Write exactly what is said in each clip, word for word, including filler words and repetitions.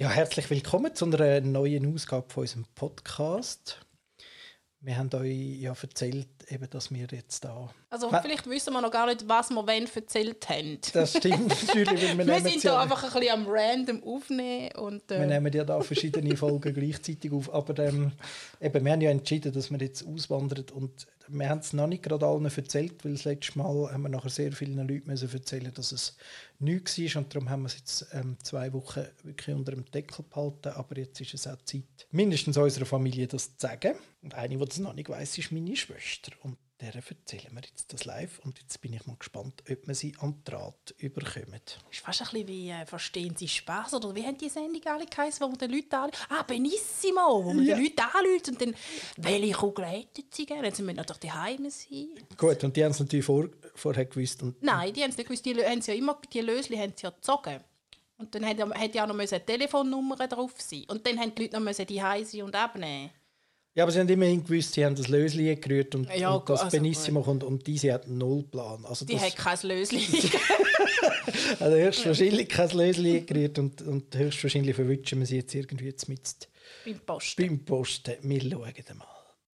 Ja, herzlich willkommen zu einer neuen Ausgabe von unserem Podcast. Wir haben euch ja erzählt, eben, dass wir jetzt da... Also vielleicht wissen wir noch gar nicht, was wir wann erzählt haben. Das stimmt natürlich, weil wir, wir nehmen sind ja, da einfach ein bisschen am random aufnehmen. Und, äh, wir nehmen ja da verschiedene Folgen gleichzeitig auf. Aber ähm, eben, wir haben ja entschieden, dass wir jetzt auswandern. Und wir haben es noch nicht gerade allen erzählt, weil das letzte Mal haben wir nachher sehr vielen Leuten müssen erzählen, dass es nichts war. Und darum haben wir es jetzt ähm, zwei Wochen wirklich unter dem Deckel behalten. Aber jetzt ist es auch Zeit, mindestens unserer Familie das zu sagen. Und eine, die das noch nicht weiss, ist meine Schwester. Und der erzählen wir jetzt das live. Und jetzt bin ich mal gespannt, ob wir sie an den Draht überkommen. Das ist fast ein bisschen wie äh, «Verstehen Sie Spaß?» oder wie haben die Sendung alle geheißen, wo man den Leuten anruft? «Ah, Benissimo!» wo man ja. den Leuten anruft und dann «Welche Kugel hätten Sie gerne?» Dann müssen wir natürlich daheim sein. Gut, und die haben es natürlich vor, vorher gewusst. Und Nein, die haben es nicht gewusst. Die, haben ja immer, die Lösli haben sie ja gezogen. Und dann hätte ja noch eine Telefonnummer drauf sein. Und dann mussten die Leute noch daheim sein und abnehmen. Ja, aber sie haben immerhin gewusst, sie haben das Lösli gerührt und, ja, und das also, Benissimo kommt und diese hat einen Nullplan. Also die das, hat kein Lösli. also höchstwahrscheinlich kein Lösli gerührt und, und höchstwahrscheinlich verwünschen wir sie jetzt irgendwie jetzt mit beim Posten. Beim Posten. Wir schauen mal.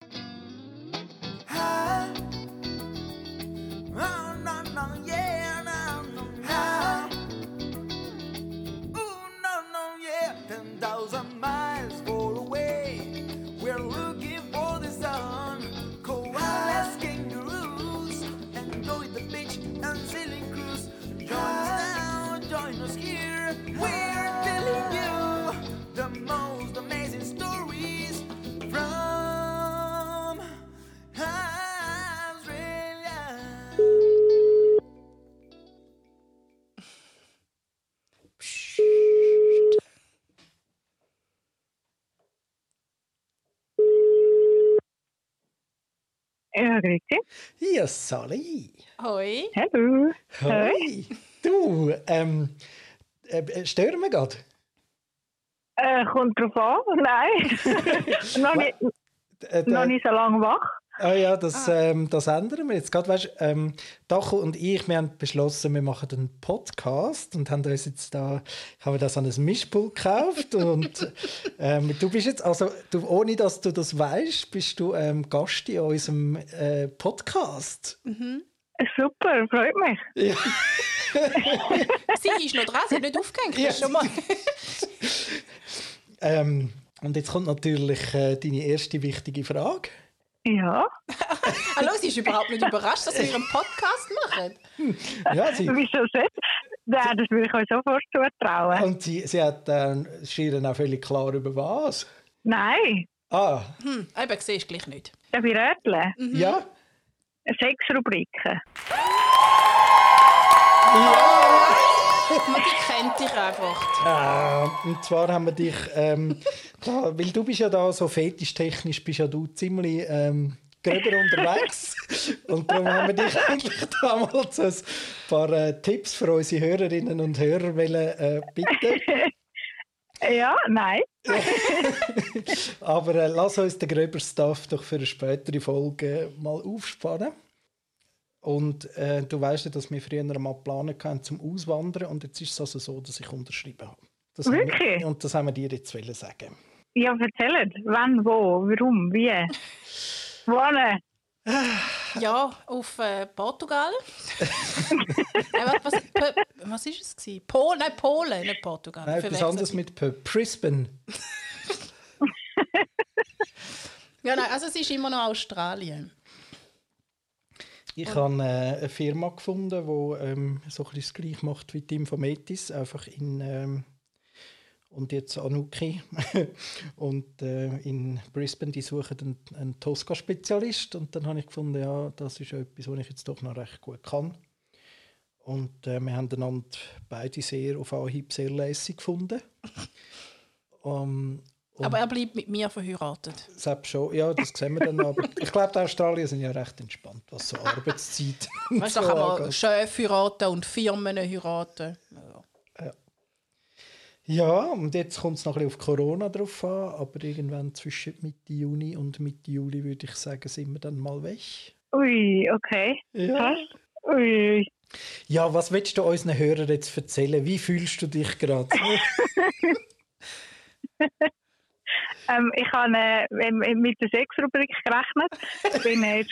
Ja, grüezi. Ja, Sally. Hoi. Hallo. Hoi. Du, ähm, äh, stören wir gerade? Äh, kommt drauf an? Nein. noch, nicht, äh, noch nicht so lange wach. Ah ja, das, ah. ähm, das ändern wir jetzt gerade. Weißt, ähm, Dacho und ich, wir haben beschlossen, wir machen einen Podcast und haben uns jetzt da, ich habe das an ein Mischpult gekauft und ähm, du bist jetzt, also du, ohne dass du das weißt, bist du ähm, Gast in unserem äh, Podcast. Mhm. Super, freut mich. Ja. Sie ist noch dran, sie hat nicht aufgehängt. Ja. Schon mal. ähm, und jetzt kommt natürlich äh, deine erste wichtige Frage. Ja. Hallo, sie ist überhaupt nicht überrascht, dass wir einen Podcast machen. Ja, sie... Wieso nicht? Ja, das würde ich euch sofort zutrauen. Und sie, sie hat äh, schieren auch völlig klar über was? Nein. Ah. Hm, eben, siehst du gleich nicht. Darf ich rätseln? Mhm. Ja. Sechs Rubriken. Ja! Man, die kennt dich einfach. Äh, und zwar haben wir dich, ähm, da, weil du bist ja da so fetischtechnisch, bist ja du ziemlich ähm, gröber unterwegs. Und darum haben wir dich eigentlich damals ein paar äh, Tipps für unsere Hörerinnen und Hörer wollen, äh, bitten. Ja, nein. Aber äh, lass uns den gröberen Stuff doch für eine spätere Folge mal aufspannen. Und äh, du weißt ja, dass wir früher einmal geplant haben zum Auswandern und jetzt ist es also so, dass ich unterschrieben habe. Das Wirklich? Haben wir, und das haben wir dir jetzt sagen. Ja, erzählt. Wann, wo, warum, wie? Wohnen? Ja, auf äh, Portugal. äh, was, was, was ist es gewesen? Polen, nein, Polen, nicht Portugal. Nein, etwas anderes mit P. Brisbane. Ja, nein, also es ist immer noch Australien. Ich habe äh, eine Firma gefunden, die ähm, so ein bisschen das Gleiche macht wie die Infometis, einfach in ähm, und jetzt Anuki und äh, in Brisbane, die suchen einen, einen Tosca-Spezialist und dann habe ich gefunden, ja, das ist etwas, was ich jetzt doch noch recht gut kann. Und äh, wir haben einander beide sehr auf Anhieb sehr lässig gefunden. um, Aber er bleibt mit mir verheiratet. Selbst schon, ja, das sehen wir dann. Aber ich glaube, die Australier sind ja recht entspannt, was so Arbeitszeit und weißt, so da kann man angeht. Chef heiraten und Firmen heiraten. Ja. Ja. Ja, und jetzt kommt es noch ein bisschen auf Corona drauf an, aber irgendwann zwischen Mitte Juni und Mitte Juli würde ich sagen, sind wir dann mal weg. Ui, okay. Ja. Was? Ui. Ja, was willst du unseren Hörern jetzt erzählen? Wie fühlst du dich gerade? ähm, ich habe äh, mit der Sexrubrik gerechnet. Bin jetzt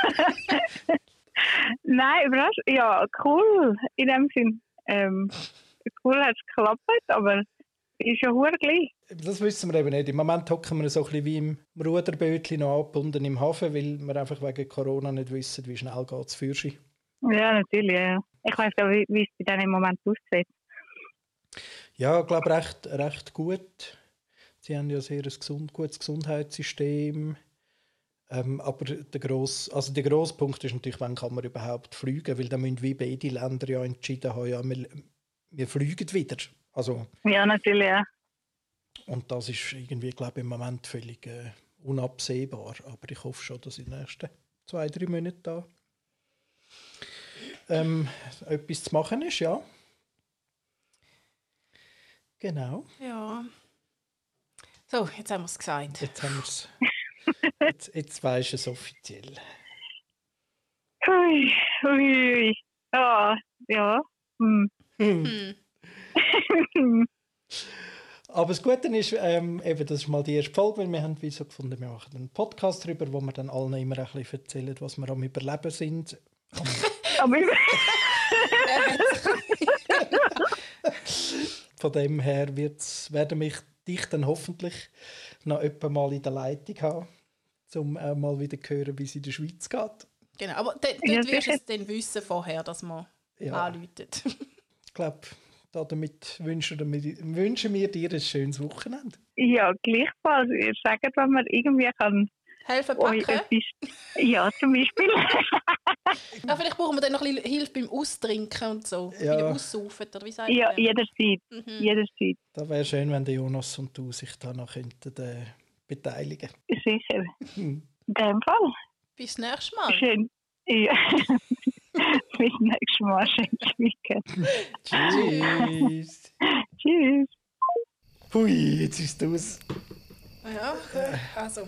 Nein, überrascht. Ja, cool. In dem Sinn. Ähm, cool hat es geklappt, aber ist ja verdammt gleich. Das wissen wir eben nicht. Im Moment hocken wir so ein bisschen wie im Ruderbötchen noch angebunden im Hafen, weil wir einfach wegen Corona nicht wissen, wie schnell geht es für sie. Ja, natürlich. Ja. Ich weiss ja, wie, wie es bei denen im Moment aussieht. Ja, ich glaube, recht, recht gut. Sie haben ja sehr ein gesund, gutes Gesundheitssystem. Ähm, aber der grosse, also der grosse Punkt ist natürlich, wann kann man überhaupt fliegen, weil dann müssen wie beide Länder ja entschieden haben, ja, wir, wir fliegen wieder. Also, ja, natürlich, ja. Und das ist irgendwie, glaube ich, im Moment völlig äh, unabsehbar. Aber ich hoffe schon, dass in den nächsten zwei, drei Monaten da ähm, etwas zu machen ist, ja. Genau. Ja. So, jetzt haben wir es gesagt. Jetzt haben wir es. Jetzt, jetzt weisst du es offiziell. Ui, ui, ui. Ja, ja. Hm. Hm. Aber das Gute ist, ähm, eben, das ist mal die erste Folge, weil wir haben wie so gefunden, wir machen einen Podcast darüber, wo wir dann allen immer ein bisschen erzählen, was wir am Überleben sind. Am Von dem her wird's, werden mich dich dann hoffentlich noch etwa mal in der Leitung haben, um auch mal wieder zu hören, wie es in der Schweiz geht. Genau, aber dort, dort wirst du es dann wissen vorher, dass man Ja. anläutet. Ich glaube, damit wünschen wir, wünschen wir dir ein schönes Wochenende. Ja, gleichfalls. Ihr sagt, wenn man irgendwie kann Helfen euch packen? etwas... Ja, zum Beispiel. Ja, vielleicht brauchen wir dann noch ein bisschen Hilfe beim Austrinken und so. Ja. Beim Aussaufen, oder wie sagt Ja, man? jederzeit. Mhm. Jederzeit. Das wäre schön, wenn der Jonas und du sich da noch könnten, äh, beteiligen. Sicher. Hm. In dem Fall. Bis nächstes Mal. Schön. Ja. Bis nächstes Mal. Schönes Weekend. Tschüss. Tschüss. Hui, jetzt ist es aus. Ja, okay. Also.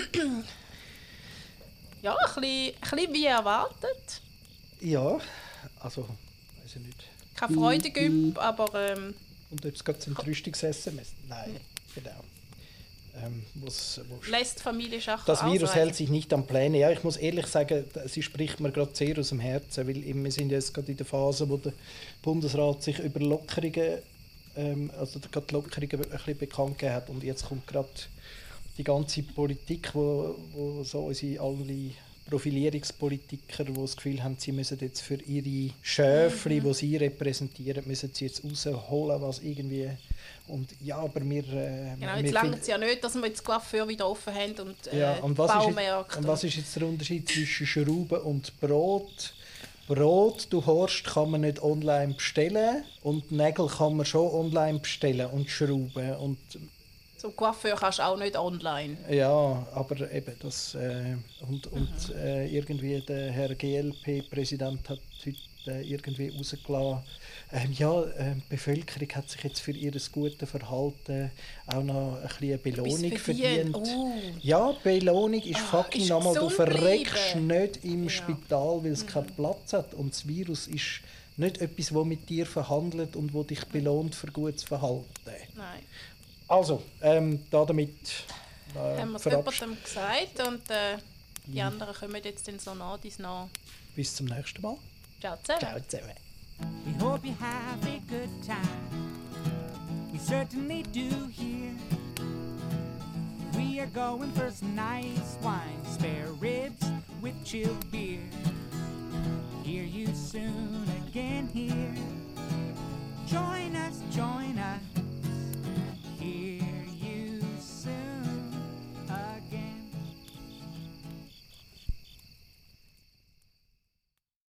Ja, ein bisschen, ein bisschen wie erwartet. Ja, also, weiß ich nicht. Keine Freudegümpf, aber ähm, Und jetzt geht es zum Trüstungsessen? S M S? Nein, genau. Ähm, wo's, wo's lässt die Familie Schacher das Virus ausreichen. hält sich nicht an Pläne. Ja, ich muss ehrlich sagen, sie spricht mir gerade sehr aus dem Herzen, weil wir sind jetzt gerade in der Phase, wo der Bundesrat sich über Lockerungen, ähm, also gerade Lockerungen ein bisschen bekannt gegeben hat, und jetzt kommt gerade die ganze Politik, wo, wo so unsere alle Profilierungspolitiker, die das Gefühl haben, sie müssen jetzt für ihre Schöfli, mhm. die sie repräsentieren, müssen sie jetzt rausholen, was irgendwie... Und ja, aber wir... Äh, genau, jetzt langt es ja nicht, dass wir jetzt die Coiffeur wieder offen haben und, äh, ja, und was Baumärkte. Ist, und was ist jetzt der Unterschied zwischen Schrauben und Brot? Brot, du Horst, kann man nicht online bestellen, und Nägel kann man schon online bestellen und Schrauben. Und zum Coiffeur kannst du auch nicht online. ja, aber eben das... Äh, und und mhm. äh, irgendwie der Herr G L P-Präsident hat heute äh, irgendwie rausgelassen, ähm, ja, äh, die Bevölkerung hat sich jetzt für ihr gutes Verhalten auch noch ein bisschen eine Belohnung verdient. Oh. Ja, Belohnung ist oh, fucking ist nochmal, du verreckst bleiben. nicht im ja. Spital, weil es mhm. keinen Platz hat. Und das Virus ist nicht etwas, das mit dir verhandelt und wo dich belohnt für gutes Verhalten. Nein. Also, ähm, da damit äh, haben wir es jemandem gesagt, und äh, die mhm. anderen kommen jetzt in so nah dies nach. Bis zum nächsten Mal. Ciao zusammen. Ciao zusammen. We hope you have a good time. We certainly do here. We are going for some nice wine, spare ribs with chilled beer. Hear you soon again here. Join us, join us.